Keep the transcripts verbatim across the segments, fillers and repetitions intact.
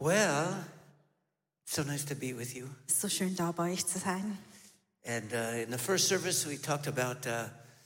Well, it's so nice to be with you. Es ist so schön, da bei euch zu sein. And uh, in the first service, we talked about uh,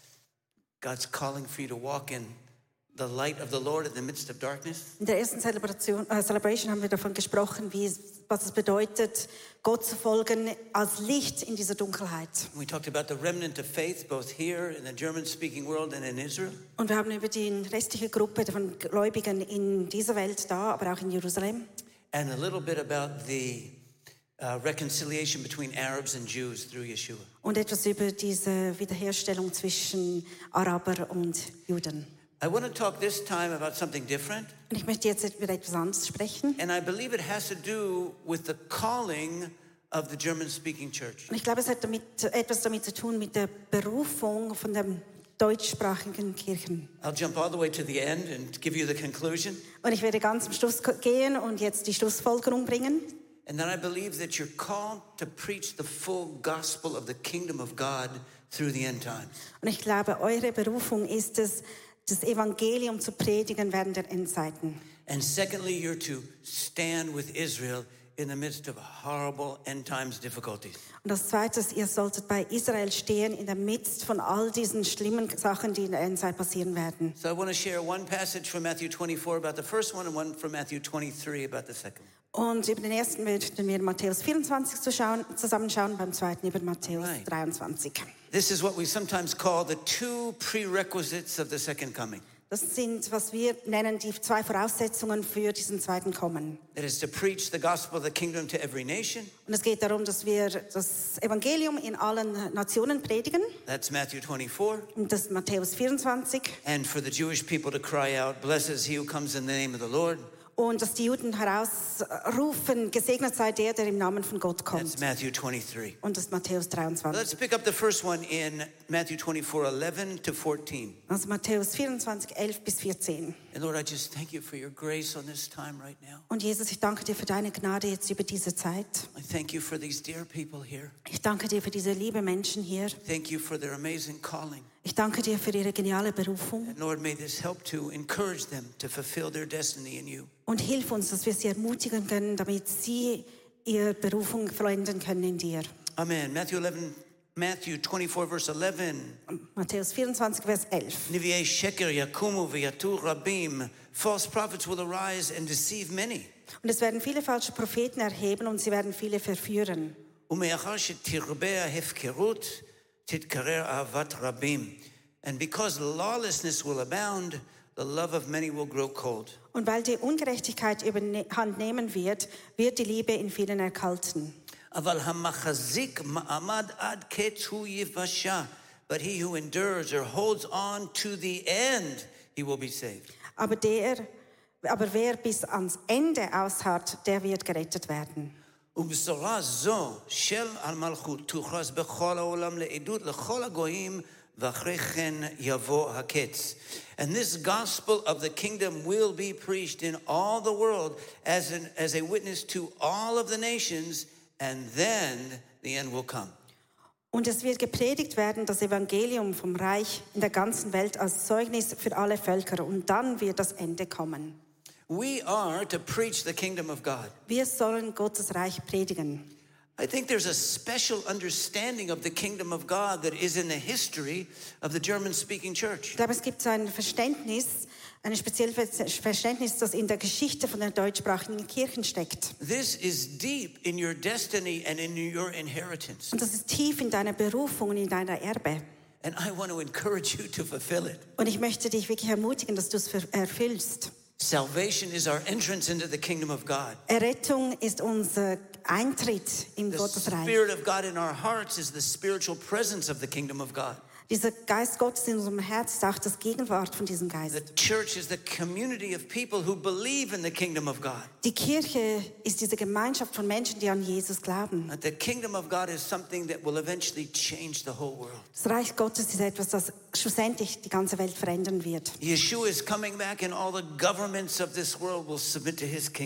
God's calling for you to walk in the light of the Lord in the midst of darkness. In der ersten Celebration, äh, Celebration haben wir davon gesprochen, wie es, was es bedeutet, Gott zu folgen als Licht in dieser Dunkelheit. We talked about the remnant of faith, both here in the German-speaking world and in Israel. Und wir haben über die restliche Gruppe von Gläubigen in dieser Welt da, aber auch in Jerusalem. And a little bit about the uh, reconciliation between Arabs and Jews through Yeshua. Und etwas über diese Wiederherstellung zwischen Araber und Juden. I want to talk this time about something different. Und ich möchte jetzt über etwas anderes sprechen. And I believe it has to do with the calling of the German-speaking church. Und ich glaube, es hat damit, etwas damit zu tun mit der Berufung von den deutschsprachigen Kirchen. I'll jump all the way to the end and give you the conclusion. Und ich werde ganz am Schluss gehen und jetzt die Schlussfolgerung bringen. And then I believe that you're called to preach the full gospel of the kingdom of God through the end times. Und ich glaube, eure Berufung ist es, das Evangelium zu predigen während der Endzeiten. And secondly, you're to stand with Israel in the midst of horrible end times difficulties. Und das Zweite ist, ihr solltet bei Israel stehen in der Mitte von all diesen schlimmen Sachen, die in der Endzeit passieren werden. So I want to share one passage from Matthew twenty-four about the first one and one from Matthew twenty-three about the second one. Und über den ersten werden wir Matthäus vierundzwanzig zusammenschauen, beim zweiten über Matthäus Right. dreiundzwanzig. This is what we sometimes call the two prerequisites of the second coming. Das sind, was wir nennen, die zwei Voraussetzungen für diesen zweiten Kommen. It is to preach the gospel of the kingdom to every nation. Und es geht darum, dass wir das Evangelium in allen Nationen predigen. That's Matthew twenty-four. Und das ist Matthäus vierundzwanzig. And for the Jewish people to cry out, blessed is he who comes in the name of the Lord. Und dass die Juden herausrufen, gesegnet sei der, der im Namen von Gott kommt. That's Matthew twenty-three. Und das ist Matthäus dreiundzwanzig. Let's pick up the first one in Matthew twenty-four, eleven to fourteen. Also Matthäus vierundzwanzig, elf bis vierzehn. And Lord, I just thank you for your grace on this time right now. Und Jesus, ich danke dir für deine Gnade jetzt über diese Zeit. I thank you for these dear people here. Ich danke dir für diese lieben Menschen hier. Thank you for their amazing calling. Ich danke dir für ihre geniale Berufung. And Lord, may this help to encourage them to fulfill their destiny in you. Und hilf uns, dass wir sie ermutigen können, damit sie ihre Berufung vollenden können in dir. Amen. Matthew eleven, Matthew twenty-four, verse eleven. Matthäus vierundzwanzig, Vers elf. Niviei sheker yakumu v'yatu rabim. False prophets will arise and deceive many. Und es werden viele falsche Propheten erheben und sie werden viele verführen. Umeachar shetirbe hefkerut titkarer avat rabim. And because lawlessness will abound, the love of many will grow cold. Und weil die Ungerechtigkeit überhand nehmen wird, wird die Liebe in vielen erkalten. Aval hamachazik ma'amad ad ketz hu yivasha. But he who endures or holds on to the end, he will be saved. Aber der, aber wer bis ans Ende ausharrt, der wird gerettet werden. ובשורה זו של המלכות תוכרז בכל העולם לעדות לכל הגויים ואחרי כן יבוא הקץ. And this gospel of the kingdom will be preached in all the world as, an, as a witness to all of the nations, and then the end will come. Und es wird gepredigt werden, das Evangelium vom Reich in der ganzen Welt als Zeugnis für alle Völker. Und dann wird das Ende kommen. We are to preach the kingdom of God. Wir sollen Gottes Reich predigen. I think there's a special understanding of the kingdom of God that is in the history of the German-speaking church. Ich glaube, es gibt so ein Verständnis, ein spezielles Verständnis, das in der Geschichte von den deutschsprachigen Kirchen steckt. This is deep in your destiny and in your inheritance. Und das ist tief in deiner Berufung und in deiner Erbe. And I want to encourage you to fulfill it. Und ich möchte dich wirklich ermutigen, dass du es erfüllst. Salvation is our entrance into the kingdom of God. Errettung ist unser Eintritt in The Gottes Reich. Spirit of God in our hearts is the spiritual presence of the kingdom of God. Dieser Geist Gottes in unserem Herz ist auch das Gegenwart von diesem Geist. The church is the community of people who believe in the kingdom of God. Die Kirche ist diese Gemeinschaft von Menschen, die an Jesus glauben. And the kingdom of God is something that will eventually change the whole world. Das Reich Gottes ist etwas, das schlussendlich die ganze Welt verändern wird. Yeshua is coming back and all the governments of this world will submit to his kingdom.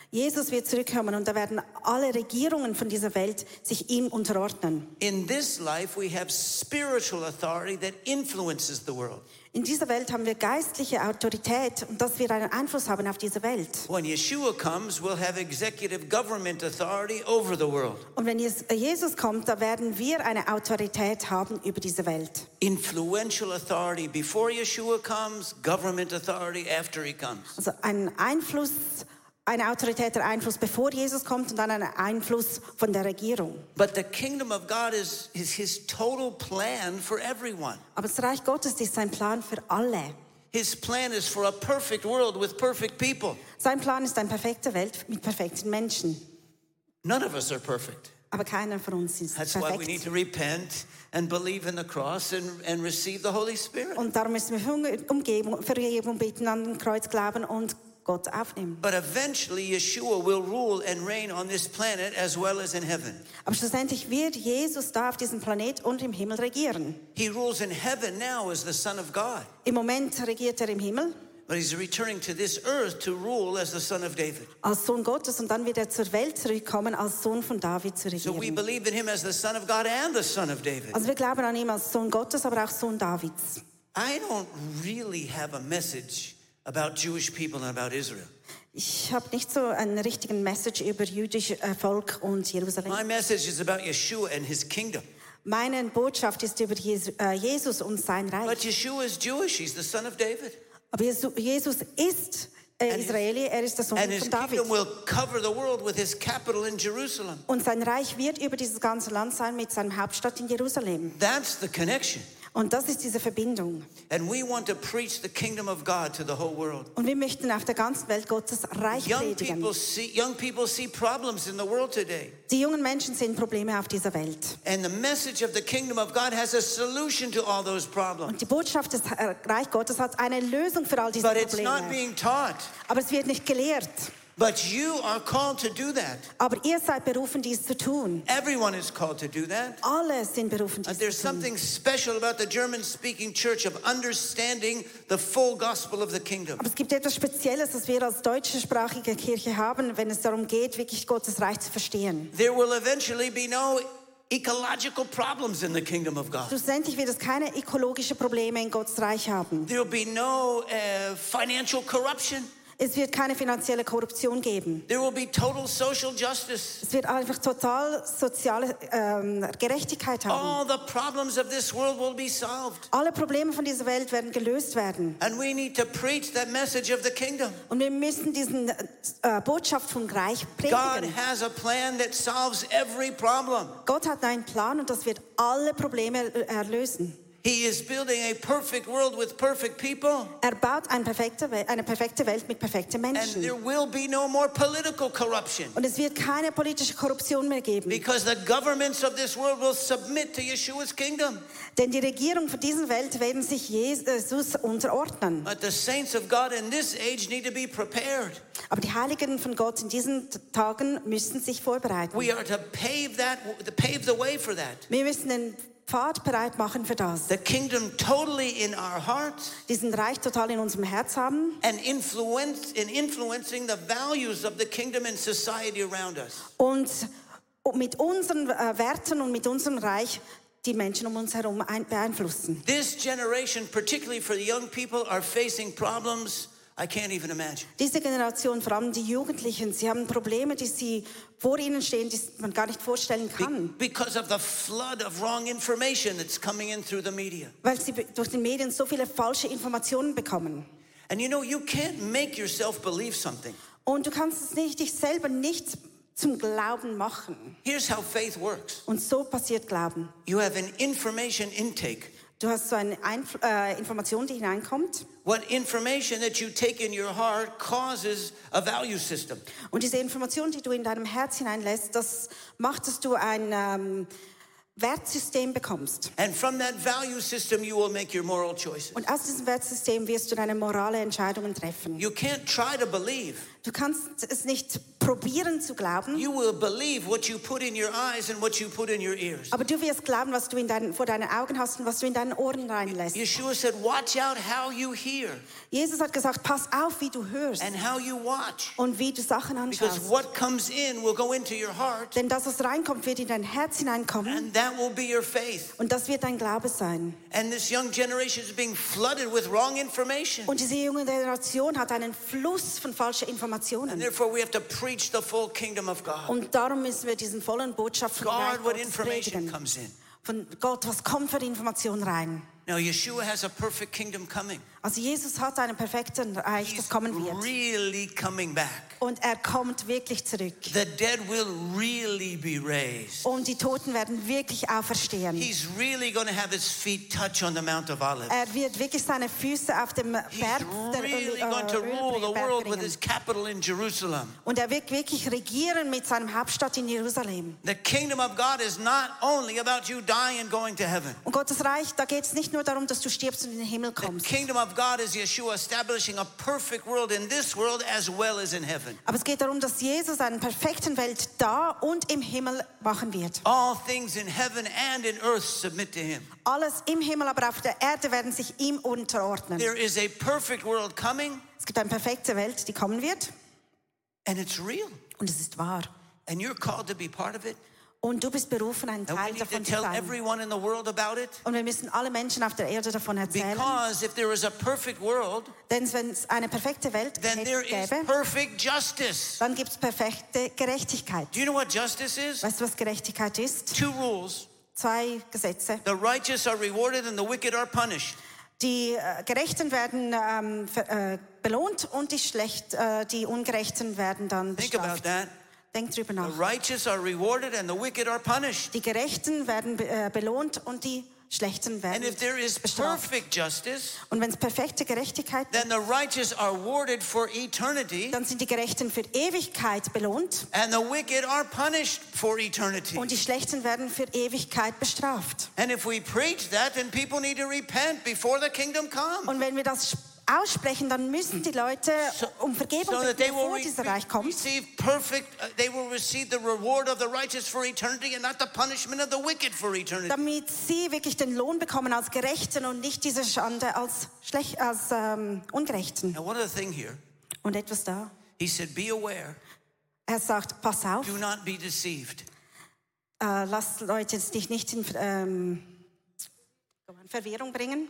Jesus wird zurückkommen und da werden alle Regierungen von dieser Welt sich ihm unterordnen. In this life, we have spiritual authority that influences the world. In dieser Welt haben wir geistliche Autorität und dass wir einen Einfluss haben auf diese Welt. When Yeshua comes, we'll have executive government authority over the world. Und wenn Jesus kommt, da werden wir eine Autorität haben über diese Welt. Influential authority before Yeshua comes, government authority after he comes. Also ein Einfluss, eine Autorität, der Einfluss bevor Jesus kommt und dann ein Einfluss von der Regierung. But the kingdom of God is, is his total plan for everyone. Aber das Reich Gottes ist sein Plan für alle. His plan is for a perfect world with perfect people. Sein Plan ist eine perfekte Welt mit perfekten Menschen. None of us are perfect. Aber keiner von uns ist That's why we need perfekt. to repent and believe in the cross and, and receive the Holy Spirit. Und darum müssen wir für Umgebung, Vergebung bitten, an den Kreuz glauben und Gott aufnehmen. But eventually Yeshua will rule and reign on this planet as well as in heaven. Aber schlussendlich wird Jesus da auf diesem Planet und im Himmel regieren. He rules in heaven now as the Son of God, Im Moment regiert er im Himmel but he's returning to this earth to rule as the Son of David. als Sohn Gottes und dann wird er zur Welt zurückkommen als Sohn von David zu So we regieren. believe in him as the Son of God and the Son of David. Also wir glauben an ihn als Sohn Gottes, aber auch Sohn Davids. I don't really have a message about Jewish people and about Israel. Ich habe nicht so einen richtigen Message über jüdisches Volk und Jerusalem. My message is about Yeshua and his kingdom. Meine Botschaft ist über Jesu- äh, Jesus und sein But Reich. Yeshua is Jewish. He's the son of David. Aber Jesu- Jesus ist äh, And his- Israeli, er ist der Sohn And his von David. kingdom will cover the world with his capital in Jerusalem. Und sein Reich wird über dieses ganze Land sein mit seinem Hauptstadt in Jerusalem. That's the connection. Und das ist diese Verbindung. And we want to preach the kingdom of God to the whole world. Und wir möchten auf der ganzen Welt Gottes Reich Young predigen. people see young people see problems in the world today. Die jungen Menschen sehen Probleme auf dieser Welt. And the message of the kingdom of God has a solution to all those problems. Und die Botschaft des äh, Reich Gottes hat eine Lösung für all diese But it's not Probleme. being taught. Aber es wird nicht gelehrt. But you are called to do that. Aber ihr seid berufen, dies zu tun. Everyone is called to do that. Alle sind berufen, And dies there's zu tun. something special about the German-speaking church of understanding the full gospel of the kingdom. Aber es gibt etwas Spezielles, das wir als deutschsprachige Kirche haben, wenn es darum geht, wirklich Gottes Reich zu verstehen. There will eventually be no ecological problems in the kingdom of God. Schlussendlich wird es keine ökologischen Probleme in Gottes Reich haben. There will be no uh, financial corruption. Es wird keine finanzielle Korruption geben. There will be total social justice. Es wird einfach total soziale ähm, Gerechtigkeit haben. All the problems of this world will be solved. Alle Probleme von dieser Welt werden gelöst werden. And we need to preach that message of the kingdom. Und wir müssen diesen äh, Botschaft vom Reich God predigen. has a plan that solves every problem. Gott hat einen Plan und das wird alle Probleme erlösen. He is building a perfect world with perfect people. Er baut eine perfekte, Welt, eine perfekte Welt mit perfekten And Menschen. there will be no more political corruption. Und es wird keine politische Korruption mehr geben. Because the governments of this world will submit to Yeshua's kingdom. Denn die Regierung von dieser Welt werden sich Jesus unterordnen. But the saints of God in this age need to be prepared. Aber die Heiligen von Gott in diesen Tagen müssen sich vorbereiten. We are to pave that, to pave the way for that. Wir müssen den Pfad bereit machen für das. The kingdom totally in our hearts Diesen Reich total in unserem Herz haben and influence in influencing the values of the kingdom and society around us. und mit unseren äh, Werten und mit unserem Reich die Menschen um uns herum ein- beeinflussen. This generation, particularly for the young people, are facing problems I can't even imagine. Diese Generation, vor allem die Jugendlichen, sie haben Probleme, die sie vor ihnen stehen, die man gar nicht vorstellen Be- kann, because of the flood of wrong information that's coming in through the media. weil sie be- durch die Medien so viele falsche Informationen bekommen. And you know, you can't make yourself believe something. Und du kannst es nicht, dich selber nicht zum Glauben machen. Here's how faith works. Und so passiert Glauben. You have an information intake. Du hast so eine Einf- äh, Information, die hineinkommt. What information that you take in your heart causes a value system. Und diese Information, die du in deinem Herz hineinlässt, das macht, dass du ein ähm, Wertsystem bekommst. And from that value system, you will make your moral choices. Und aus diesem Wertsystem wirst du deine morale Entscheidungen treffen. You can't try to believe. Du kannst es nicht probieren zu glauben, You will believe what you put in your eyes and what you put in your ears. aber du wirst glauben, was du in deinen, vor deinen Augen hast und was du in deinen Ohren reinlässt. Yeshua said, watch out how you hear Jesus hat gesagt, pass auf, wie du hörst and how you watch. und wie du Sachen Because anschaust. what comes in will go into your heart, Denn das, was reinkommt, wird in dein Herz hineinkommen and that will be your faith. und das wird dein Glaube sein. And this young generation is being flooded with wrong information. Und diese junge Generation hat einen Fluss von falschen And Informationen. therefore we have to preach the full kingdom of God. Und darum müssen wir diesen vollen Botschaft von Guard Reich what Gottes information predigen. comes in. Von Gott, was kommt für Information rein? Now Yeshua has a perfect kingdom coming. Also Jesus hat einen perfekten Reich, das He's kommen wird. really coming back. Und er kommt wirklich zurück. The dead will really be raised. Und die Toten werden wirklich auferstehen. He's really going to have his feet touch on the Mount of Olives. Er wird wirklich seine Füße auf dem He's Berg der really Öl- going to äh, rule the Ölberg world with bringen. his capital in Jerusalem. Und er wird wirklich regieren mit seinem Hauptstadt in Jerusalem. The kingdom of God is not only about you dying and going to heaven. Und Gottes Reich, da geht es nicht nur darum, dass du stirbst und in den Himmel The kommst. kingdom of God is Yeshua establishing a perfect world in this world as well as in heaven. Aber es geht darum, dass Jesus eine perfekte Welt da und im Himmel machen wird. All things in heaven and in earth submit to him. Alles im Himmel, aber auf der Erde werden sich ihm unterordnen. There is a perfect world coming, Es gibt eine perfekte Welt, die kommen wird. and it's real. Und es ist wahr. And you're called to be part of it. Und du bist berufen, ein And we Teil need to davon zu tell sein. everyone in the world about it. Und wir müssen alle Menschen auf der Erde davon erzählen. Because if there is a perfect world, Denn wenn es eine perfekte Welt then there is gäbe, perfect justice. dann gibt es perfekte Gerechtigkeit. Do you know what justice is? Weißt du, was Gerechtigkeit ist? Two rules. Zwei Gesetze. The righteous are rewarded and the wicked are punished. Die äh, Gerechten werden ähm, ver, äh, belohnt und die, Schlecht, äh, die Ungerechten werden dann Think about bestraft. that. Denk drüber The nach. righteous are rewarded and the wicked are punished. Die Gerechten werden be äh, belohnt und die Schlechten And werden if there is bestraft. perfect justice, Und wenn es perfekte Gerechtigkeit then the righteous are rewarded for eternity dann sind die Gerechten für Ewigkeit belohnt and the wicked are punished for eternity. und die Schlechten werden für Ewigkeit bestraft. And if we preach that, then people need to repent before the kingdom comes. Und wenn wir das aussprechen, dann müssen die Leute um Vergebung So that bitten, they will bevor re- dieser Reich kommt, receive perfect, uh, they will receive the reward of the righteous for eternity and not the punishment of the wicked for eternity. damit sie wirklich den Lohn bekommen als Gerechten und nicht diese Schande als, Schlech als ähm, Ungerechten. Now, one other thing here, Und etwas da. he said, be aware, Er sagt, pass auf, do not be deceived. äh, lass Leute dich nicht in ähm, Verwirrung bringen.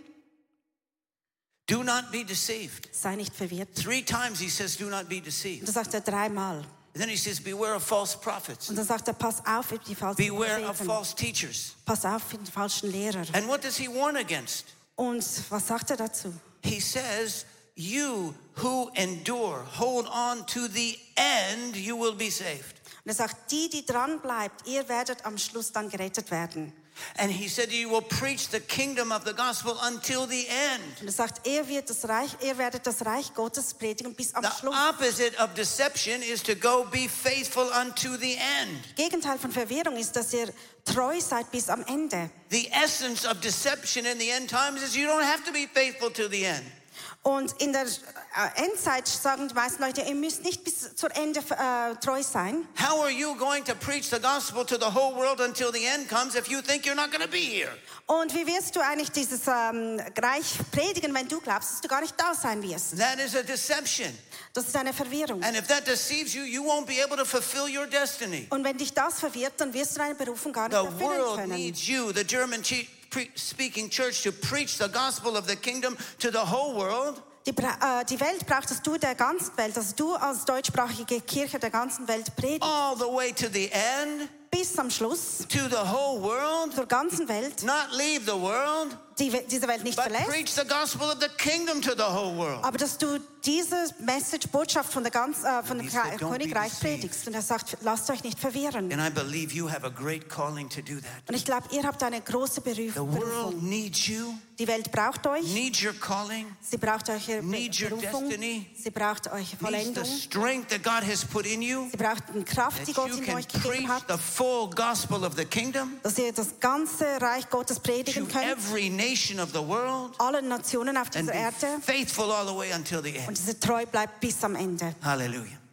Do not be deceived. Sei nicht verwirrt. Three times he says, do not be Und deceived. das sagt er dreimal. And then he says, beware of false prophets. Und dann sagt er, pass auf für die falschen Beware of Propheten. false teachers. Pass auf für die falschen Lehrer. And what does he warn against? Und was sagt er dazu? He says, you who endure, hold on to the end, you will be saved. Und er sagt, die, die dran bleibt, ihr werdet am Schluss dann gerettet werden. And he said, you will preach the kingdom of the gospel until the end. Und er sagt, er wird das Reich, ihr werdet das Reich Gottes predigen bis am The Schluss. opposite of deception is to go be faithful unto the end. Gegenteil von Verwirrung ist, dass ihr treu seid bis am Ende. The essence of deception in the end times is you don't have to be faithful to the end. Und in der äh, Endzeit sagen die meisten Leute, ihr müsst nicht bis zur Ende äh, treu sein. How are you going to preach the gospel to the whole world until the end comes if you think you're not going to be here? Und wie wirst du eigentlich dieses ähm, Reich predigen, wenn du glaubst, dass du gar nicht da sein wirst? That is a deception. Das ist eine Verwirrung. And if that deceives you, you won't be able to fulfill your destiny. Und wenn dich das verwirrt, dann wirst du deine Berufung gar nicht The erfüllen world können. needs you, the German che- pre- speaking church, to preach the gospel of the kingdom to the whole world. Die, Bra- äh, die Welt braucht, dass du der ganzen Welt, dass du als deutschsprachige Kirche der ganzen Welt predigst, All the way to the end, bis am Schluss, to the whole world. zur ganzen Welt, Not leave the world, die We- diese Welt nicht but verlässt, preach the gospel of the kingdom to the whole world. aber dass du diese Message, Botschaft von der ganz, äh, von And dem he said, Kra- "Don't be Königreich deceived." predigst. Und er sagt, lasst euch nicht verwirren. And I believe you have a great calling to do that. Und ich glaube, ihr habt eine große Beruf- The world Berufung. needs you, Die Welt braucht euch. needs your calling, Sie braucht eure Be- needs your Berufung. destiny, Sie braucht eure needs the Vollendung. strength that God has put in you, Sie braucht die Kraft, die that Gott you in can euch gegeben preach hat, the full gospel of the kingdom dass ihr das ganze Reich Gottes to predigen könnt, every nation of the world allen Nationen auf and dieser be Erde. faithful all the way until the Und end. diese treu bleibt bis am Ende. Hallelujah.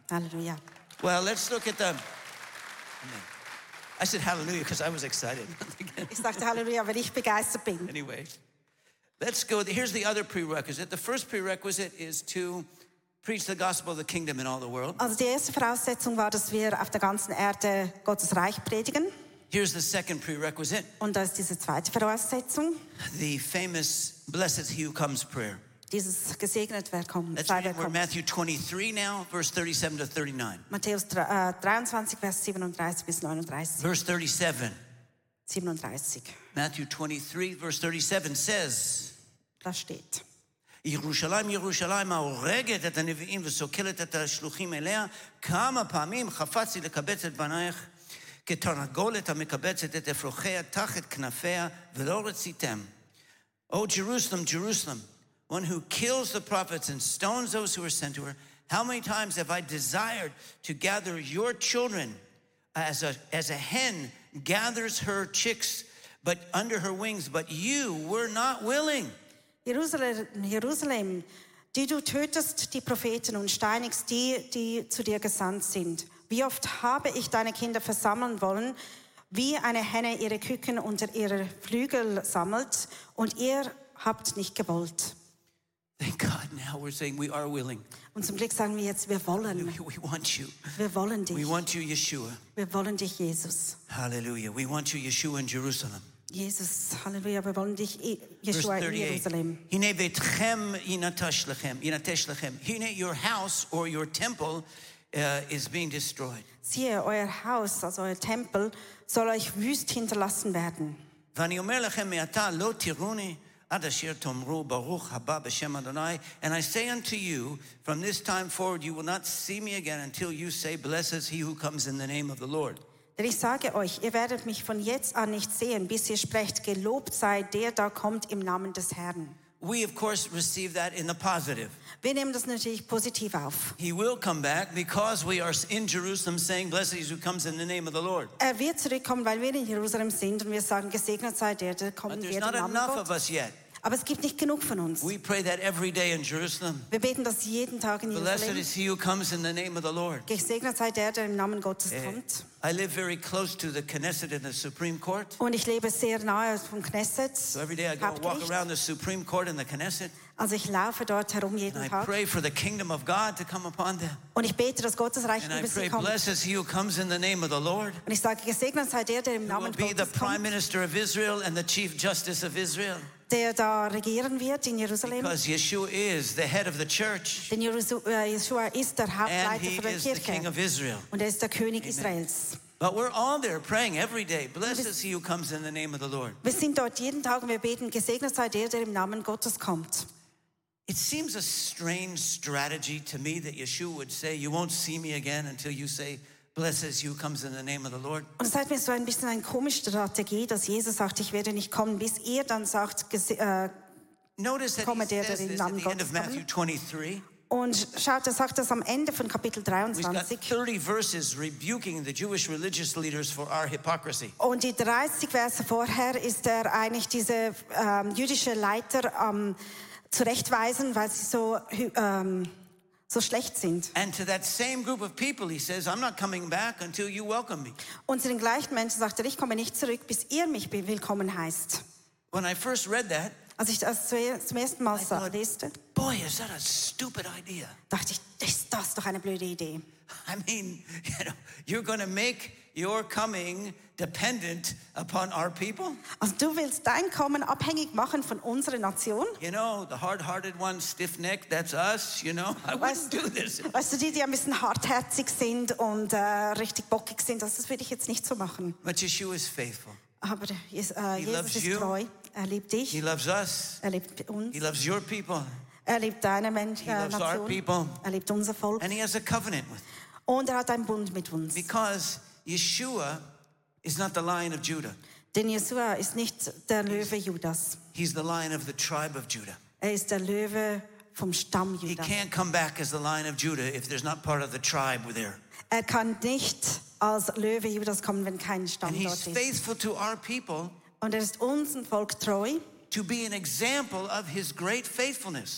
Halleluja. Well, let's look at the... I said hallelujah because I was excited. Ich sagte Halleluja, weil ich begeistert bin. Anyway, let's go. Here's the other prerequisite. The first prerequisite is to preach the gospel of the kingdom in all the world. Also die erste Voraussetzung war, dass wir auf der ganzen Erde Gottes Reich predigen. Here's the second prerequisite. Und da ist diese zweite Voraussetzung. The famous blessed he who comes prayer. Dieses gesegnet wer kommt. Let's read we're Matthew twenty-three now, verse thirty-seven to thirty-nine. Matthäus dreiundzwanzig, Vers siebenunddreißig bis neununddreißig. Verse thirty-seven. siebenunddreißig. Matthew twenty-three, verse thirty-seven says, Da steht: ירושלים ירושלים ההורגת את הנביאים וסוקלת את השלוחים אליה, כמה פעמים חפצתי לקבץ את בנייך כתרנגולת המקבצת את אפרוחיה תחת כנפיה ולא רציתם. O Jerusalem, Jerusalem, one who kills the prophets and stones those who are sent to her, how many times have I desired to gather your children as a, as a hen gathers her chicks but under her wings, but you were not willing. Jerusalem, Jerusalem, die du tötest die Propheten und steinigst die, die zu dir gesandt sind. Wie oft habe ich deine Kinder versammeln wollen, wie eine Henne ihre Küken unter ihre Flügel sammelt, und ihr habt nicht gewollt. Thank God now we're saying we are willing. Und zum Glück sagen wir jetzt, wir wollen. We want you. Wir wollen dich. We want you, Yeshua. Wir wollen dich, Jesus. Hallelujah. We want you, Yeshua, in Jerusalem. Jesus, Halleluja, wir wollen dich, Yeshua, Verse in Jerusalem. Hine betchem yinatash lechem, yinatesh lechem. Hine, your house or your temple uh, is being destroyed. Siehe, euer Haus, also euer Tempel, soll euch wüst hinterlassen werden. Vani omer lechem me'ata lo tiruni ad asher tomru baruch haba b'shem Adonai. And I say unto you, from this time forward you will not see me again until you say, blessed is he who comes in the name of the Lord. Denn ich sage euch, ihr werdet mich von jetzt an nicht sehen, bis ihr sprecht, gelobt sei der, da kommt im Namen des Herrn. We, of course, receive that in the positive. Wir nehmen das natürlich positiv auf. He will come back because we are in Jerusalem saying, blessed is who comes in the name of the Lord. Er wird zurückkommen, weil wir in Jerusalem sind und wir sagen, gesegnet sei der, der kommen But wird there's im not Namen enough of Gottes. us yet. Aber es gibt nicht genug von uns. We pray that every day in Jerusalem. Wir beten das jeden Tag in Blessed Jerusalem. is he who comes in the name of the Lord. Gesegnet sei der, der im Namen Gottes Eh, kommt. I live very close to the Knesset and the Supreme Court. Und ich lebe sehr nahe vom Knesset. So every day I go walk Hauptgericht. around the Supreme Court and the Knesset. Also ich laufe dort herum And jeden I Tag. pray for the kingdom of God to come upon them. Und ich bete, dass Gottes Reich And I über pray, sie kommt. blessed is he who comes in the name of the Lord. Und ich sage, gesegnet sei der, der im Who will Namen be the Gottes Prime kommt, Minister of Israel and the Chief Justice of Israel. der da regieren wird in Jerusalem. Because Yeshua is the head of the church. Denn Jesu- äh, Jeshua ist der And Hauptleiter he von der is the King Kirche. of Israel. Und er ist der König Israels. But we're all there praying every day. Blessed is he who comes in the name of the Lord. Wir sind dort jeden Tag und wir beten, gesegnet sei der, der im Namen Gottes kommt. It seems a strange strategy to me that Yeshua would say, you won't see me again until you say, blessed is he who comes in the name of the Lord. Und es ist mir so ein bisschen eine komische Strategie, dass Jesus sagt, ich werde nicht kommen, bis ihr dann sagt, gese- äh, Notice that Komme he der, der says im this at Namen the end of Gottes Matthew kommt. twenty-three. und schaut, er sagt das am Ende von Kapitel We've got dreiundzwanzig. thirty verses rebuking the Jewish religious leaders for our hypocrisy. Und die dreißig Verse vorher ist er eigentlich diese ähm, jüdische Leiter am zurechtweisen, weil sie so, hü- ähm, so schlecht sind. And to that same group of people, he says, I'm not coming back until you welcome me. Und zu den gleichen Menschen sagt er, ich komme nicht zurück, bis ihr mich willkommen heißt. When I first read that, Als ich das zu- zum ersten Mal I sah, thought, leste, boy, is that a stupid idea. dachte ich, ist das doch eine blöde Idee. I mean, you know, you're going to make your coming dependent upon our people? Also du willst dein Kommen abhängig machen von unserer Nation? You know, the hard-hearted ones, stiff-necked, that's us, you know. I wouldn't Weißt, do this. weißt du, die, die ein bisschen hartherzig sind und äh, richtig bockig sind, das, das würde ich jetzt nicht so machen. But Yeshua is faithful. Aber Jesus, äh, He Jesus loves ist you. treu. Er liebt He dich. loves us. Er liebt uns. He loves your people. Er liebt deine Mensch, He äh, loves our Nation. people. Er liebt unser Volk. And he has a covenant with us. Und er hat einen Bund mit uns. Because Yeshua is not the Lion of Judah. Denn Jesua ist nicht der Löwe Judas. He's the Lion of the tribe of Judah. Er ist der Löwe vom Stamm He Judas. can't come back as the Lion of Judah if there's not part of the tribe there. Er kann nicht als Löwe Judas kommen, wenn kein Stamm And he's dort ist. faithful to our people Und er ist unserem Volk treu, to be an example of his great faithfulness.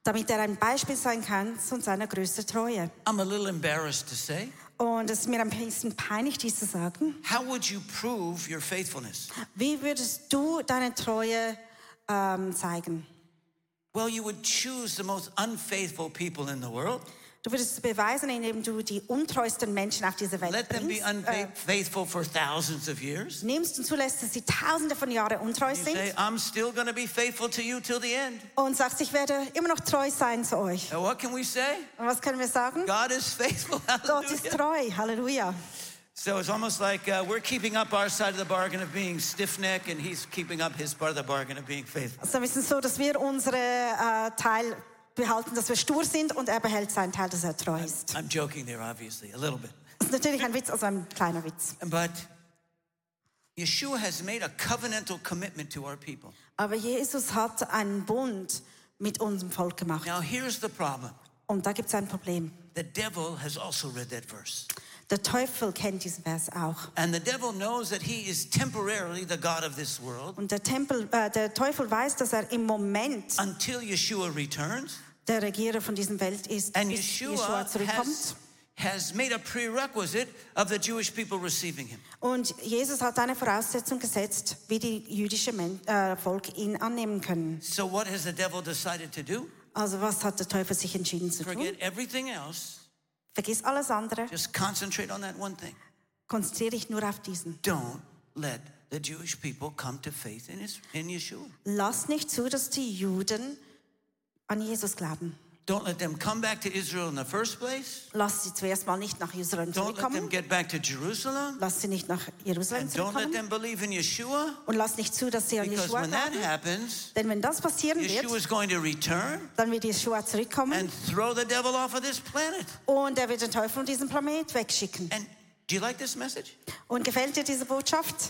damit er ein Beispiel sein kann zu seiner größten Treue. I'm a little embarrassed to say. Und es ist mir ein bisschen peinlich, dies zu sagen. How would you prove your faithfulness? Wie würdest du deine Treue ähm, zeigen? Well, you would choose the most unfaithful people in the world. Du würdest es beweisen, indem du die untreuesten Menschen auf dieser Welt Let them be bringst, äh, unfaithful for thousands of years. nimmst und zulässt, dass sie tausende von Jahren untreu You sind say, I'm still going to be faithful to you till the end. und sagst, ich werde immer noch treu sein zu euch. Now, what can we say? Und was können wir sagen? God is faithful. Gott ist Hallelujah. treu, Halleluja. So it's almost like uh, we're keeping up our side of the bargain of being stiff-necked, and he's keeping up his part of the bargain of being faithful. Also wir sind so, dass wir unsere äh, Teil behalten, dass wir stur sind und er behält seinen Teil, dass er treu ist. I'm joking there, obviously, a little bit. Das ist natürlich ein Witz, also ein kleiner Witz. But Yeshua has made a covenantal commitment to our people. Aber Jesus hat einen Bund mit unserem Volk gemacht. Now, here's the problem. Und da gibt es ein Problem. The devil has also read that verse. Der Teufel kennt diesen Vers auch. And the devil knows that he is temporarily the God of this world Und der, Tempel, äh, der Teufel weiß, dass er im Moment until Yeshua returns. der Regierer von dieser Welt ist, And bis Yeshua Yeshua zurückkommt. has, has made a prerequisite of the Jewish people receiving him. Und Jesus hat eine Voraussetzung gesetzt, wie die jüdische Men äh, Volk ihn annehmen können. So what has the devil decided to do? Also was hat der Teufel sich entschieden zu tun? Forget everything else. Vergiss alles andere, Just concentrate on that one thing. konzentriere dich nur auf diesen. Don't let the Jewish people come to faith in, his, in Yeshua. Lass nicht zu, dass die Juden an Jesus glauben. Don't let them come back to Israel in the first place. Lass sie zuerst mal nicht nach Jerusalem Don't let them zurückkommen. get back to Jerusalem. Lass sie nicht nach Jerusalem And don't let zurückkommen. them believe in Yeshua. Und lass nicht zu, dass sie an Because Jeschua when that glauben. happens, Denn wenn das passieren Yeshua wird, is going to return dann wird Jeschua zurückkommen and throw the devil off of this planet. und er wird den Teufel von diesem Planet wegschicken. And do you like this message? Und gefällt dir diese Botschaft?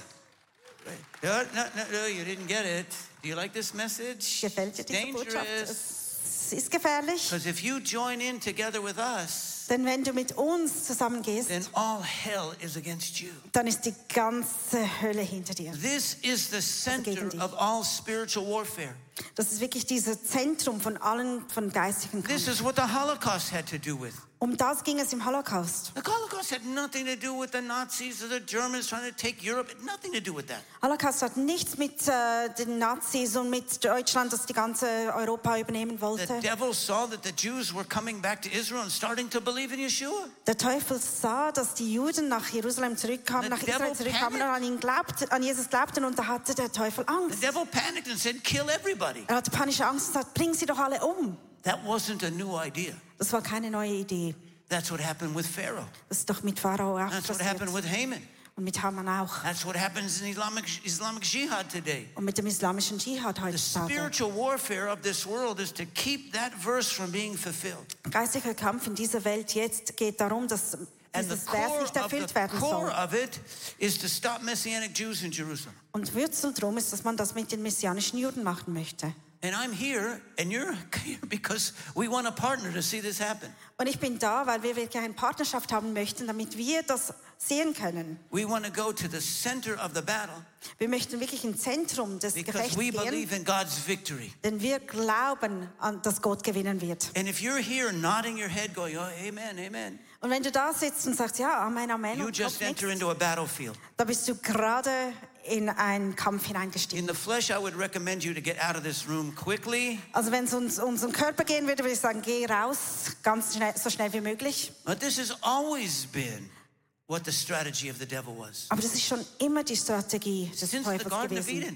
No, no, no, no, you didn't get it. Do you like this message? Gefällt dir diese Botschaft? Dangerous. Es ist gefährlich, Because if you join in together with us, denn wenn du mit uns zusammengehst, then all hell is against you. dann ist die ganze Hölle hinter dir. This is the center gegen dich. of all spiritual warfare. Das ist wirklich dieses Zentrum von allen, von geistigen This Kampf. is what the Holocaust had to do with. Um das ging es im Holocaust. The Holocaust had nothing to do with the Nazis or the Germans trying to take Europe. It had nothing to do with that. Holocaust hat nichts mit äh, den Nazis und mit Deutschland, das die ganze Europa übernehmen The wollte. devil saw that the Jews were coming back to Israel and starting to believe in Yeshua. Der Teufel sah, dass die Juden nach Jerusalem zurückkamen, The nach Israel devil zurückkamen und panicked. an ihn glaubten, an Jesus glaubten, und da hatte der Teufel The Angst. devil panicked and said, kill everybody. Er hatte panische Angst und sagte, bring sie doch alle um. That wasn't a new idea. Das war keine neue Idee. That's what happened with Pharaoh. Das ist doch mit Pharao auch That's what happened passiert. with Haman. Und mit Haman auch. That's what happens in Islamic, Islamic Jihad today. Und mit dem islamischen Dschihad The heutzutage. spiritual warfare of this world is to keep that verse from being fulfilled. Geistiger Kampf in dieser Welt jetzt geht darum, dass And the dieses Vers core, nicht of, erfüllt the werden core soll. of it is to stop Messianic Jews in Jerusalem. Und Wurzel drum ist, dass man das mit den messianischen Juden machen möchte. And I'm here, and you're here because we want a partner to see this happen. Und ich bin da, weil wir wirklich eine Partnerschaft haben möchten, damit wir das sehen können. We want to go to the center of the battle Wir möchten wirklich im Zentrum des because Gefechts we gehen, believe in God's victory. denn wir glauben, an, dass Gott gewinnen wird. And if you're here nodding your head going, oh, amen, amen, Und wenn du da sitzt und sagst, ja, Amen, Amen, you und just Gott enter nickt, into a battlefield. da bist du gerade in einen Kampf In hineingestiegen. the flesh, I would recommend you to get out of this room quickly. Also wenn es uns unseren Körper gehen würde, würde ich sagen, geh raus, ganz schnell, so schnell wie möglich. But this has always been what the strategy of the devil was. Aber das ist schon immer die Strategie des Since the Teufels Garden of gewesen. Eden.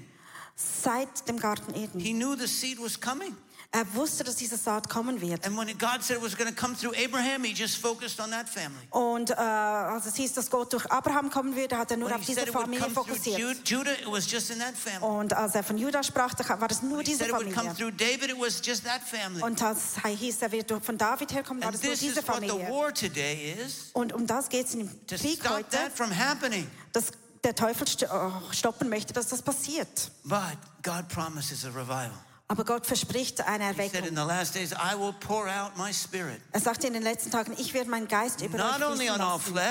Seit dem Garten Eden. He knew the seed was coming. Er wusste, dass diese Saat kommen wird. And when God said it was going to come through Abraham, he just focused on that family. Und äh, als es hieß, dass Gott durch Abraham kommen würde, hat er nur When auf he diese said it would Familie come through fokussiert. Ju- Judah, it was just in that family. Und als er von Judah sprach, da war es nur When he diese said it would come Familie. through David, it was just that family. Und als es hieß, er wird von David herkommen, war And es nur this diese is what the Familie. war today is, Und um das geht es im to Krieg stop heute, that from happening. dass der Teufel st- oh, stoppen möchte, dass das passiert. But God promises a revival. Aber Gott verspricht eine He said in Erweckung. the last days, I will pour out my spirit. Er sagte in den letzten Tagen, ich werde meinen Geist über Not euch only fließen on all lassen. flesh,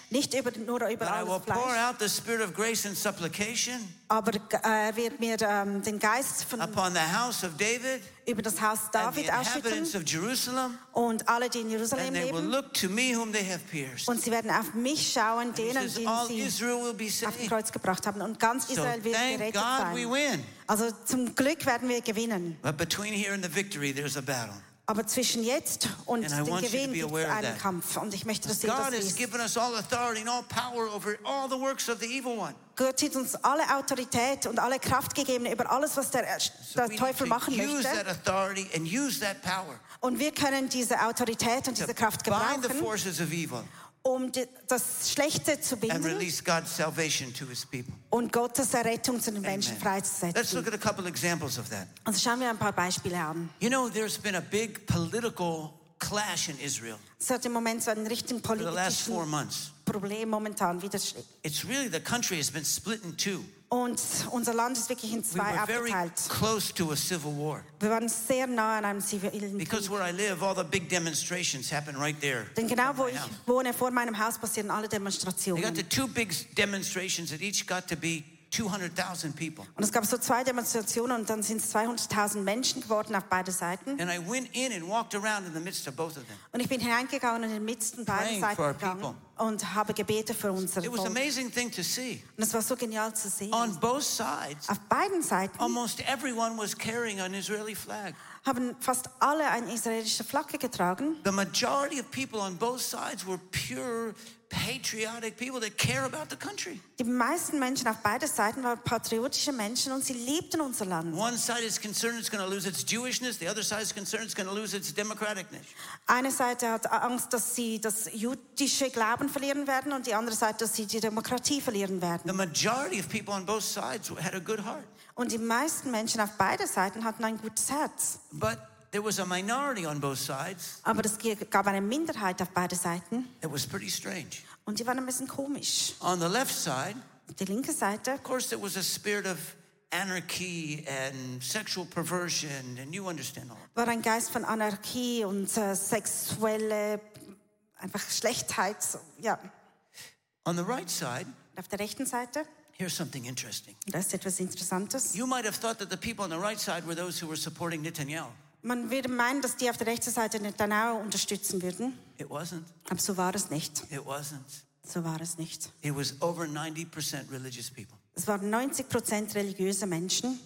nicht über, nur über but I will alles pour Fleisch, out the spirit of grace and supplication aber er wird mir ähm, den Geist von, upon the house of David über das Haus and the David inhabitants ausschütten of Jerusalem, und alle, die in Jerusalem and they will leben. look to me whom they have pierced. Und sie werden auf mich schauen, And he denen, says, die all sie Israel will be auf das saved. Kreuz gebracht haben. Und ganz So Israel wird thank gerettet God we sein. win. Also zum Glück werden wir gewinnen. But between here and the victory, there's a battle. Aber zwischen jetzt und And I dem want you to Gewinn be gibt es aware of einen that. Kampf. Und ich möchte, dass ihr God das has wisst. given us all authority and all power over all the works of the evil one. Gott hat uns alle Autorität und alle Kraft gegeben über alles, was der, So der we Teufel need machen to use möchte. that authority and use that power Und wir können diese Autorität und to diese Kraft bind the gebrauchen, forces of evil um die, das Schlechte zu and binden release God's salvation to his people. und Gottes Errettung zu den Menschen Amen. Let's freizusetzen. look at a couple examples of that. Also schauen wir ein paar Beispiele an. You know, there's been a big political clash in Israel Es hat im Moment so einen richtigen for the last four politischen months. Problem momentan wieder. It's really, the country has been split in two. Und unser Land ist wirklich in We zwei were very aufgeteilt. close to a civil war. Wir waren sehr nah an einem zivilen Because Krieg. where I live, all the big demonstrations happen right there. Denn genau in wo my ich house. wohne, vor meinem Haus passieren alle They got the Demonstrationen. two big demonstrations that each got to be two hundred thousand people. Und es gab so zwei Demonstrationen und dann sind es zweihunderttausend Menschen geworden auf beide Seiten. And I went in and walked around in the midst of both of them. Und ich bin hineingegangen und in den Midsten beider Praying for our Seiten gegangen people. und habe Gebete für unser It was an Volk. amazing thing to see. Und es war so genial zu sehen. On both sides, Auf beiden Seiten almost everyone was carrying an Israeli flag. haben fast alle eine israelische Flagge getragen. The majority of people on both sides were pure, patriotic people that care about the country. Die meisten Menschen auf beiden Seiten waren patriotische Menschen und sie liebten unser Land. One side is concerned it's going to lose its Jewishness. The other side is concerned it's going to lose its democraticness. Eine Seite hat Angst, dass sie das jüdische Glauben verlieren werden und die andere Seite, dass sie die Demokratie verlieren werden. The majority of people on both sides had a good heart. Und die meisten Menschen auf beiden Seiten hatten ein gutes Herz. But there was a minority on both sides Aber es gab eine Minderheit auf beiden Seiten that was pretty strange. und die waren ein bisschen komisch. On the left side, Die linke Seite, of course, there was a spirit of anarchy and sexual perversion, and you understand all that. war ein Geist von Anarchie und äh, sexuelle einfach Schlechtheit. So, ja. On the right side, Und auf der rechten Seite, here's something interesting. das ist etwas Interessantes. You might have thought that the people on the right side were those who were supporting Netanyahu. Man würde meinen, dass die auf der rechten Seite Netanyahu unterstützen würden, It wasn't. aber so war es nicht. It wasn't. So war es nicht. It was over ninety percent religious people. Es waren neunzig Prozent religiöse Menschen.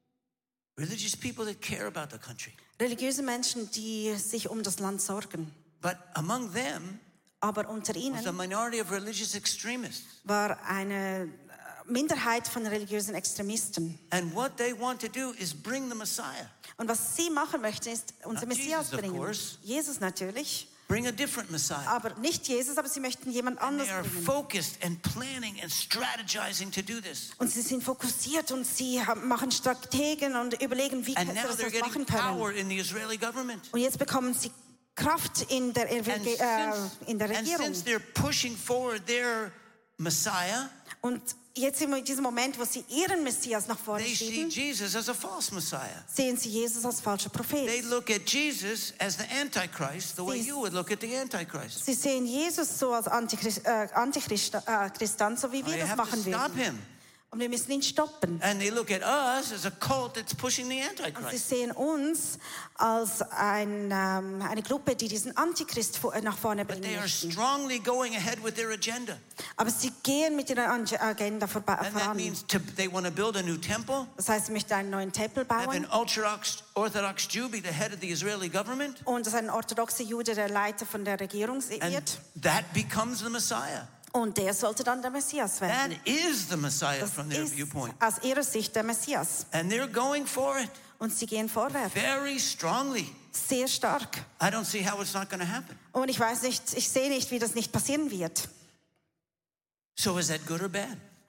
Religious people that care about the country. Religiöse Menschen, die sich um das Land sorgen. But among them Aber unter was a ihnen minority of religious extremists. war eine Minderheit von religiösen Extremisten. And what they want to do is bring the Messiah. Und was sie machen möchten, ist unser Not Messias Jesus, of bringen. course. Jesus natürlich, Bring a different Messiah. aber nicht Jesus, aber sie möchten jemand And anderes they are bringen. focused and planning and strategizing to do this. Und sie sind fokussiert und sie haben, machen Strategien und überlegen, wie And sie now das they're getting machen können. power in the Israeli government. Und jetzt bekommen sie Kraft in der, And äh, since, in der and Regierung. since they're pushing forward their Messiah, Und jetzt in diesem Moment, wo sie ihren Messias nach vorne they see schieben, Jesus as a false Messiah. sehen sie Jesus als falscher They Prophet. look at Jesus as the Antichrist, the way Sie- you would look at the Antichrist. Sie sehen Jesus so als Antichrist, äh, Antichrist äh, Christen, so wie Oh, wir you das have to machen stop würden. him. Und wir müssen ihn stoppen. And they look at us as a cult that's pushing the Und sie Antichrist. sehen uns als ein, ähm, eine Gruppe, die diesen Antichrist vor, äh, nach vorne But bringen they are möchten. strongly going ahead with their agenda. Aber sie gehen mit ihrer Ag- Agenda vorba- And that voran. means to, they want to build a new temple, Das heißt, sie möchten einen neuen Tempel have bauen an ultra Orthodox Jew be the head of the Israeli government, und dass ein orthodoxer Jude der Leiter von der Regierung and wird. that becomes the Messiah. Und der sollte dann der Messias That werden. is the Messiah Das from their ist viewpoint. aus ihrer Sicht der Messias. And they're going for it Und sie gehen vorwärts. very strongly. Sehr stark. I don't see how it's not going to happen. Und ich weiß nicht, ich sehe nicht, wie das nicht passieren wird. So is that good or bad?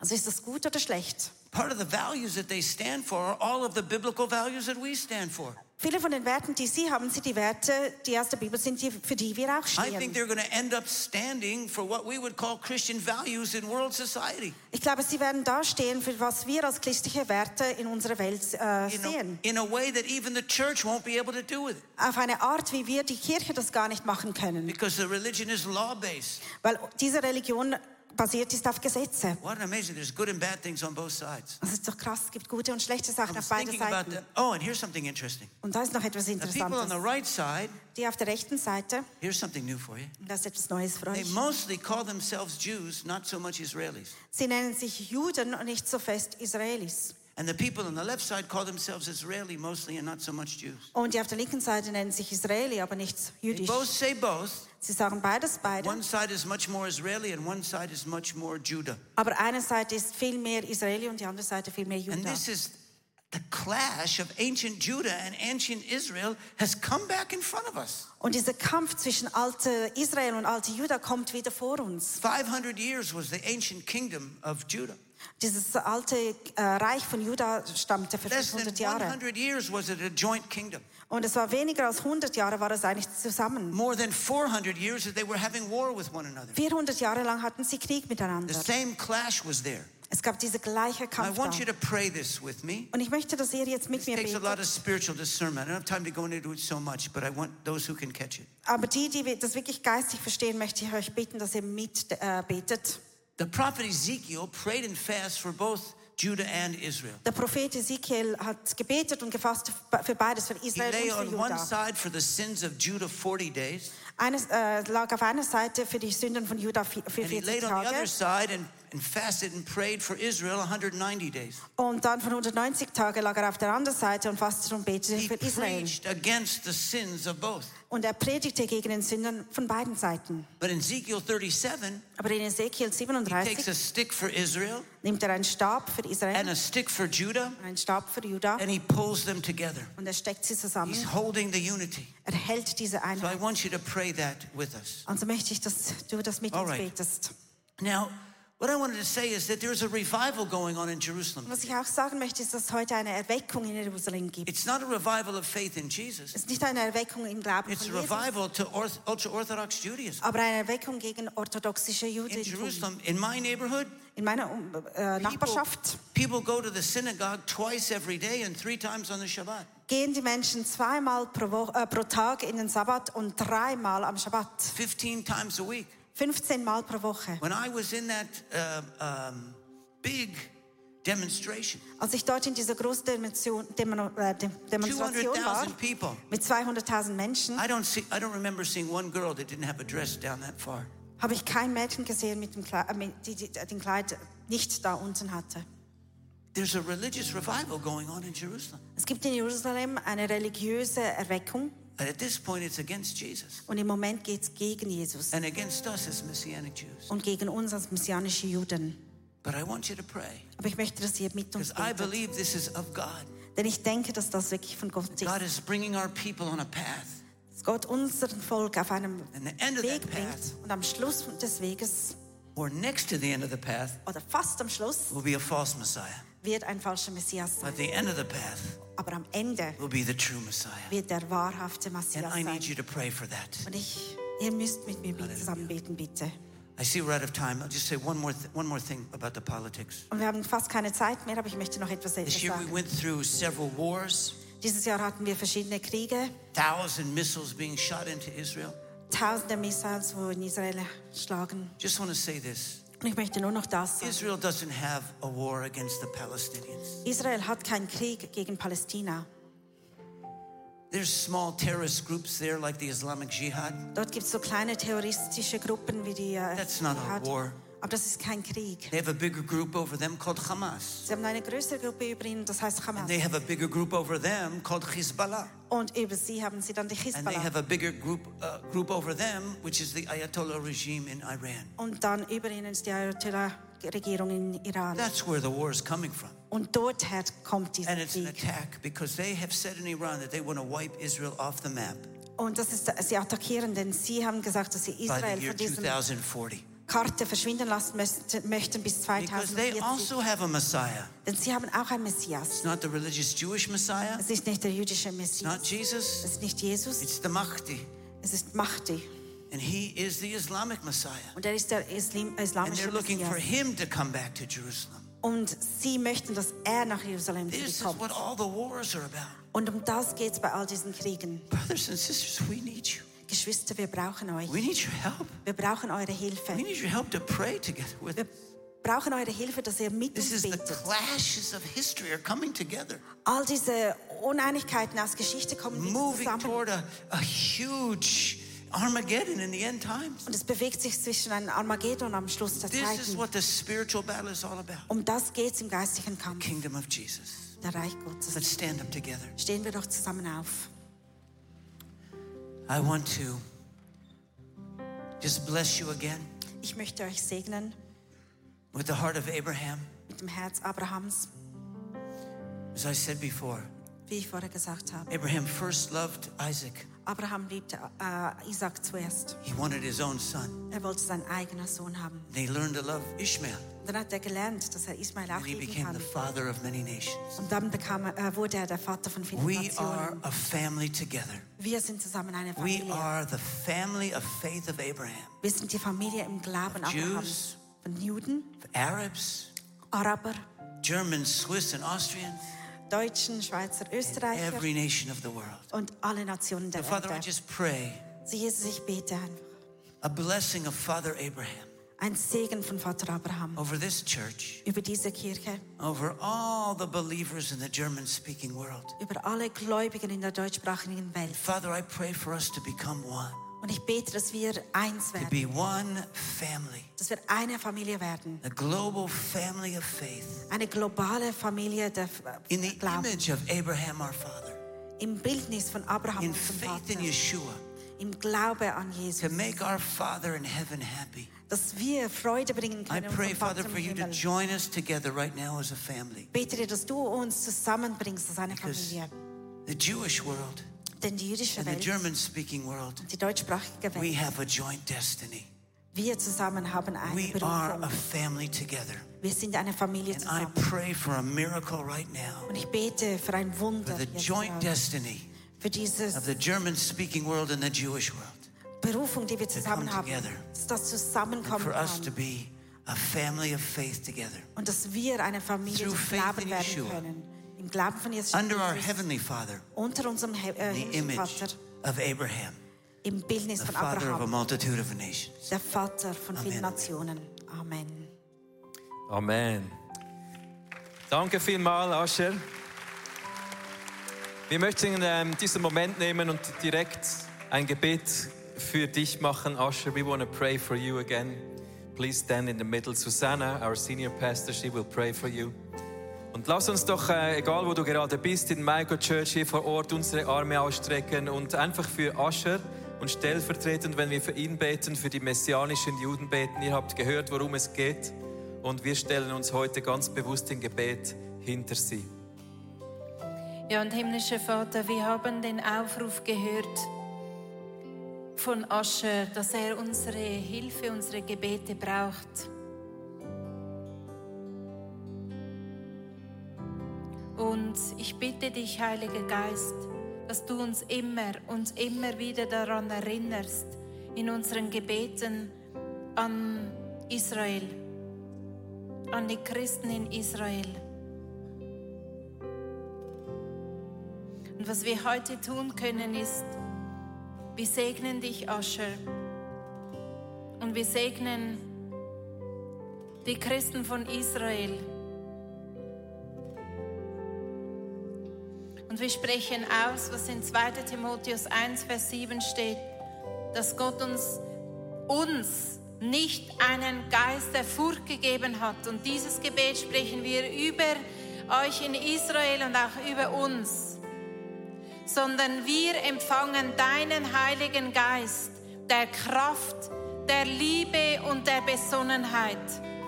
Also ist das gut oder schlecht? Part of the values that they stand for are all of the biblical values that we stand for. Viele von den Werten, die sie haben, sind die Werte, die aus der Bibel sind, die, für die wir auch I think stehen. they're going to end up standing for what we would call Christian values in world society. Ich glaube, sie werden da stehen, für was wir als christliche Werte in unserer Welt äh, You know, sehen. in a way that even the church won't be able to do with it. Auf eine Art, wie wir die Kirche das gar nicht machen können. Because the religion is law-based. Weil diese Religion basiert ist auf Gesetze. What an amazing, there's good and bad things on both sides. Das ist doch krass, es gibt gute und schlechte I Sachen auf was beiden thinking about Seiten. that. Oh, and here's something interesting. Und da ist noch etwas The people on Interessantes. the right side, Die auf der rechten Seite, here's something new for you. das ist etwas Neues für They euch. mostly call themselves Jews, not so much Israelis. Sie nennen sich Juden und nicht so fest Israelis. And the people on the left side call themselves Israeli mostly and not so much Jews. Und die auf der linken Seite nennen sich Israeli, aber nicht They jüdisch. both say both. Sie sagen beides, beide. One side is much more Israeli and one side is much more Judah. Aber eine Seite ist viel mehr Israeli und die andere Seite viel mehr And Juda. this is the clash of ancient Judah and ancient Israel has come back in front of us. Und dieser Kampf zwischen alte Israel und alte Juda kommt wieder vor uns. five hundred years was the ancient kingdom of Judah. Dieses alte äh, Reich von Juda stammte für Less than fünfhundert Jahre. one hundred years was it a joint kingdom. Und es war weniger als hundert Jahre war es eigentlich zusammen. More than four hundred years that they were having war with one another. vierhundert Jahre lang hatten sie Krieg miteinander. The same clash was there. Es gab diese gleiche I Kampf want you da. to pray this with me. Und ich möchte, dass ihr jetzt mit This mir takes a lot of betet. spiritual discernment. I don't have time to go into it so much, but I want those who can catch it. Aber die, die das wirklich geistig verstehen, möchte ich euch bitten, dass ihr mit äh, betet. The prophet Ezekiel prayed and fasted for both Judah and Israel. Der Prophet Ezekiel hat gebetet und gefasst für beides, für He Israel lay und für on one Juda. side for the sins of Judah forty days, Eines äh, lag auf einer Seite für die Sünden von Juda für and he vierzig laid on the other Tage side and, and fasted and prayed for Israel one hundred ninety days. und dann von hundertneunzig Tage lag er auf der anderen Seite und fastete und betete He für Israel. preached against the sins of both. Und er predigte gegen den Sünden von beiden Seiten. But in Ezekiel thirty-seven, Aber in Ezekiel he takes siebenunddreißig a stick for Israel nimmt er einen Stab für and Israel, a stick for Judah, einen Stab für Juda and he pulls them together. und er steckt sie zusammen. He's holding the unity. Er hält diese So I Einheit. want you to pray that with us. Also möchte ich, dass du das mit All uns right. betest. Now, what I wanted to say is that there's a revival going on in Jerusalem. Und was ich auch sagen möchte, ist, dass es heute eine Erweckung in Jerusalem gibt. It's not a revival of faith in Jesus. Es ist nicht eine Erweckung im Glauben It's a von Jesus, revival to orth- ultra-Orthodox Judaism. aber eine Erweckung gegen orthodoxische In Judentum. Jerusalem, in my neighborhood, In meiner um, äh, Nachbarschaft people go to the synagogue twice every day and three times on the Shabbat. gehen die Menschen zweimal pro, Wo äh, pro Tag in den Sabbat und dreimal am Schabbat. fifteen times a week. fünfzehn Mal pro Woche. When I was in that uh, um, big demonstration, Als ich dort in dieser großen Demonstration, Demo, äh, Dem- Demonstration war, two hundred thousand people. mit zweihunderttausend Menschen, I don't see. I don't remember seeing one girl that didn't have a dress down that far. habe ich kein Mädchen gesehen, mit dem Kleid, äh, mit, die, die den Kleid nicht da unten hatte. There's a religious revival going on in Jerusalem, Es gibt in Jerusalem eine religiöse Erweckung and at this point, it's against Jesus und im Moment geht es gegen Jesus and against us as Messianic Jews. und gegen uns als messianische Juden. But I want you to pray Aber ich möchte, dass ihr mit uns because I betet. believe this is of God. Denn ich denke, dass das wirklich von Gott ist. God is bringing our people on a path, Dass Gott unseren Volk auf einem and the end of Weg that bringt path, und am Schluss des Weges or next to the end of the path, oder fast am Schluss will be a false Messiah. wird ein falscher Messias sein. At the end of the path Aber am Ende will be the true Messiah. wird der wahrhafte And Messias I need sein. you to pray for that. Und ich, ihr müsst mit mir zusammen beten, bitte. I see we're out of time. I'll just say one more, th- one more thing about the politics. Und wir haben fast keine Zeit mehr, aber ich möchte noch etwas This year we sagen. went through several wars, Dieses Jahr hatten wir verschiedene Kriege, thousand missiles being shot into Israel. tausende Missiles, wo in Israel schlagen. Just want to say this. Und ich möchte nur noch das sagen. Israel doesn't have a war against the Palestinians. Israel hat keinen Krieg gegen Palästina. There's small terrorist groups there like the Islamic Jihad. Dort gibt es so kleine terroristische Gruppen wie die äh, That's not a Dschihad. war. Aber das ist kein Krieg. They have a bigger group over them called Hamas. Sie haben eine größere Gruppe über ihnen, das heißt Hamas. And they have a bigger group over them called Hezbollah. Und über sie haben sie dann die And they Hisbollah. have a bigger group, uh, group over them, which is the Ayatollah regime in Iran. Und dann über ihnen ist die Ayatollah-Regierung in Iran. That's where the war is coming from. Und dorther kommt dieser And it's an Krieg. attack because they have said in Iran that they want to wipe Israel off the map Und das ist, sie attackieren, denn sie haben gesagt, dass sie by Israel the year von diesem twenty forty. Karte verschwinden lassen möchten, möchten bis Because they zweitausendvierzig. also have a Messiah. Denn sie haben auch einen Messias. It's not the religious Jewish Messiah. Es ist nicht der jüdische It's Messias. not Jesus. Es ist nicht Jesus. It's the Mahdi. Es ist Mahdi. And he is the Islamic Messiah. Und er ist der Islam, And islamische they're looking for Messias. him to come back to Jerusalem. Und sie möchten, dass er nach Jerusalem This is zurückkommt. what all the wars are about. Und um das geht es bei all diesen Kriegen. Brothers and sisters, we need you. Geschwister, wir brauchen euch. We need your help. Wir brauchen eure Hilfe. We need your help to pray together with Wir brauchen eure Hilfe, dass ihr mit This uns is the betet. clashes of history are coming together, All diese Uneinigkeiten aus Geschichte kommen wieder moving zusammen. toward a, a huge Armageddon in the end times. Und es bewegt sich zwischen einem Armageddon am Schluss der This is Zeiten. what the spiritual battle is all about. Um das geht es im geistlichen Kampf, Kingdom of Jesus. der Reich Gottes. Let's stand up together. Stehen wir doch zusammen auf. I want to just bless you again Ich möchte euch segnen with the heart of Abraham. mit dem Herz Abrahams, As I said before, wie ich vorher gesagt habe. Abraham first loved Isaac. Abraham liebte äh, Isaac zuerst. He wanted his own son. Er wollte seinen eigenen Sohn haben. And he learned to love Ishmael. Dann hat er gelernt, dass er Ismael auch And he lieben became kann. the father of many nations. Und dann bekam, er- äh, wurde er der Vater von vielen We are Nationen. a family together. Wir sind zusammen eine We Familie. are the family of faith of Abraham. Wir sind die Familie im Glauben Of Jews. Abrahams. Von Juden, Arabs, Araber, Germans, Swiss, and Austrians, Deutschen, Schweizer, and Österreicher every nation of the world. und alle Nationen der So, Father, I Erde. just pray So, Jesus, ich bete einfach. a blessing of Father Abraham Ein Segen von Vater Abraham over this church, über diese Kirche, over all the believers in the German-speaking world. über alle Gläubigen in der deutschsprachigen Welt. Father, I pray for us to become one, Und ich bete, dass wir eins to werden, be one family, dass wir eine Familie werden. a global family of faith, Eine globale Familie der in the Glauben. image of Abraham our Father, Im Bildnis von Abraham, in unserem faith in Vater. Yeshua, Im Glaube an to Jesus. make our Father in heaven happy. Dass wir Freude bringen I können. pray, unserem Father, Vater for im you to Himmel. join us together right now as a family. Bete dir, dass du uns zusammenbringst als eine Because Familie. the Jewish world Denn die jüdische and the Welt, German-speaking world, die deutschsprachige we Welt, have a joint destiny. wir zusammen haben eine We are a Berufung. family together. Wir sind eine Familie And I zusammen. pray for a miracle right now, Und ich bete für ein Wunder for the jetzt joint gerade. destiny Für diese of the German-speaking world and the Jewish world, Berufung, die wir come zusammen haben. together. Dass das and zusammenkommen for us to kann. be a family of faith together. Und dass wir eine Familie Through zum faith Glauben in werden Yeshua. können. Im Glauben von Jesus Under our Christus. Heavenly Father, Unter unserem He äh, the himmlischen image Vater. of Abraham, Im Bildnis the von father of a Abraham. multitude of nations. Der Vater von vielen Amen. Nationen. Amen. Amen. Danke vielmals, Ascher. Wir möchten ähm, diesen Moment nehmen und direkt ein Gebet für dich machen, Ascher. We want to pray for you again. Please stand in the middle. Susanna, our senior pastor, she will pray for you. Und lass uns doch, äh, egal wo du gerade bist, in Maiko Church hier vor Ort unsere Arme ausstrecken und einfach für Ascher und stellvertretend, wenn wir für ihn beten, für die messianischen Juden beten. Ihr habt gehört, worum es geht. Und wir stellen uns heute ganz bewusst im Gebet hinter sie. Ja, und himmlischer Vater, wir haben den Aufruf gehört von Ascher, dass er unsere Hilfe, unsere Gebete braucht. Und ich bitte dich, Heiliger Geist, dass du uns immer, uns immer wieder daran erinnerst, in unseren Gebeten an Israel, an die Christen in Israel. Und was wir heute tun können, ist, wir segnen dich, Ascher, und wir segnen die Christen von Israel. Und wir sprechen aus, was in zweiter Timotheus eins, Vers sieben steht, dass Gott uns, uns nicht einen Geist der Furcht gegeben hat. Und dieses Gebet sprechen wir über euch in Israel und auch über uns. Sondern wir empfangen deinen Heiligen Geist, der Kraft, der Liebe und der Besonnenheit.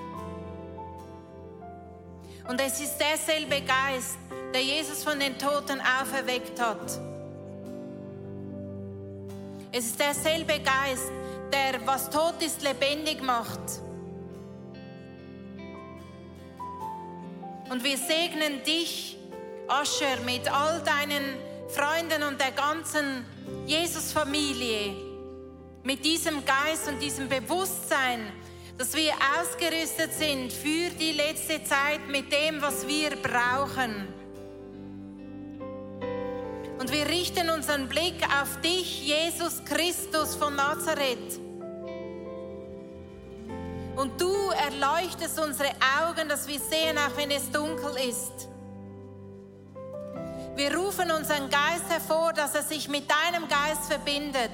Und es ist derselbe Geist, der Jesus von den Toten auferweckt hat. Es ist derselbe Geist, der was tot ist, lebendig macht. Und wir segnen dich, Ascher, mit all deinen Freunden und der ganzen Jesus-Familie, mit diesem Geist und diesem Bewusstsein, dass wir ausgerüstet sind für die letzte Zeit mit dem, was wir brauchen. Und wir richten unseren Blick auf dich, Jesus Christus von Nazareth. Und du erleuchtest unsere Augen, dass wir sehen, auch wenn es dunkel ist. Wir rufen unseren Geist hervor, dass er sich mit deinem Geist verbindet.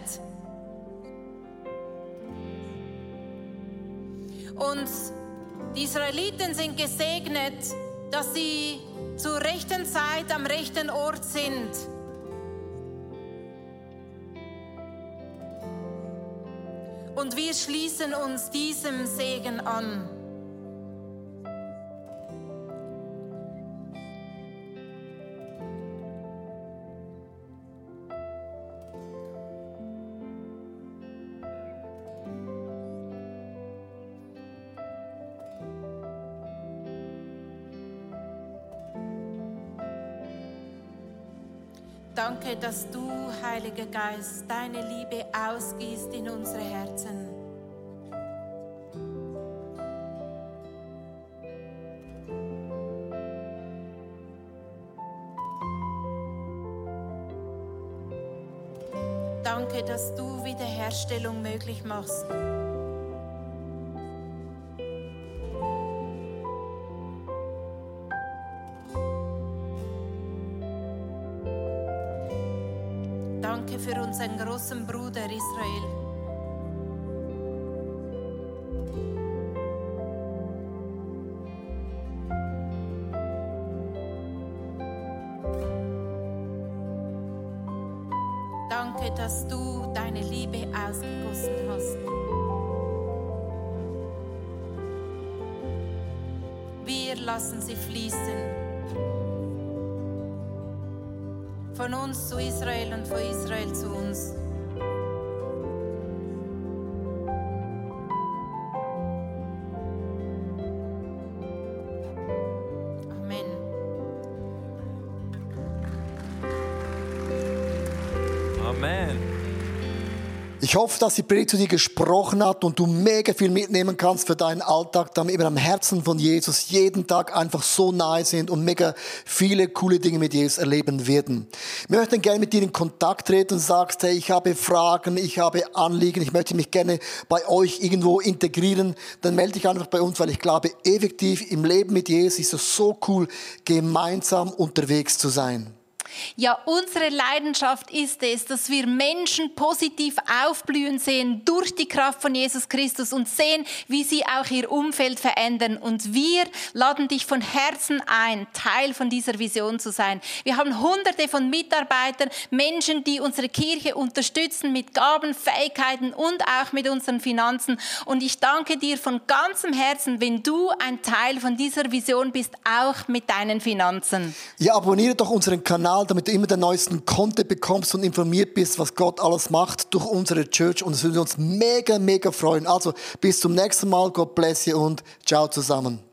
Und die Israeliten sind gesegnet, dass sie zur rechten Zeit am rechten Ort sind. Und wir schließen uns diesem Segen an. Danke, dass du, Heiliger Geist, deine Liebe ausgießt in unsere Herzen. Danke, dass du Wiederherstellung möglich machst. Danke für unseren großen Bruder Israel. Danke, dass du deine Liebe ausgegossen hast. Wir lassen sie fließen. Von uns zu Israel und von Israel zu uns. Amen. Amen. Ich hoffe, dass die Predigt zu dir gesprochen hat und du mega viel mitnehmen kannst für deinen Alltag, damit wir am Herzen von Jesus jeden Tag einfach so nahe sind und mega viele coole Dinge mit Jesus erleben werden. Wir möchten gerne mit dir in Kontakt treten und sagst, hey, ich habe Fragen, ich habe Anliegen, ich möchte mich gerne bei euch irgendwo integrieren, dann melde dich einfach bei uns, weil ich glaube, effektiv im Leben mit Jesus ist es so cool, gemeinsam unterwegs zu sein. Ja, unsere Leidenschaft ist es, dass wir Menschen positiv aufblühen sehen durch die Kraft von Jesus Christus und sehen, wie sie auch ihr Umfeld verändern. Und wir laden dich von Herzen ein, Teil von dieser Vision zu sein. Wir haben hunderte von Mitarbeitern, Menschen, die unsere Kirche unterstützen mit Gaben, Fähigkeiten und auch mit unseren Finanzen. Und ich danke dir von ganzem Herzen, wenn du ein Teil von dieser Vision bist, auch mit deinen Finanzen. Ja, abonniere doch unseren Kanal, damit du immer den neuesten Content bekommst und informiert bist, was Gott alles macht durch unsere Church. Und es würde uns mega, mega freuen. Also bis zum nächsten Mal. God bless you und ciao zusammen.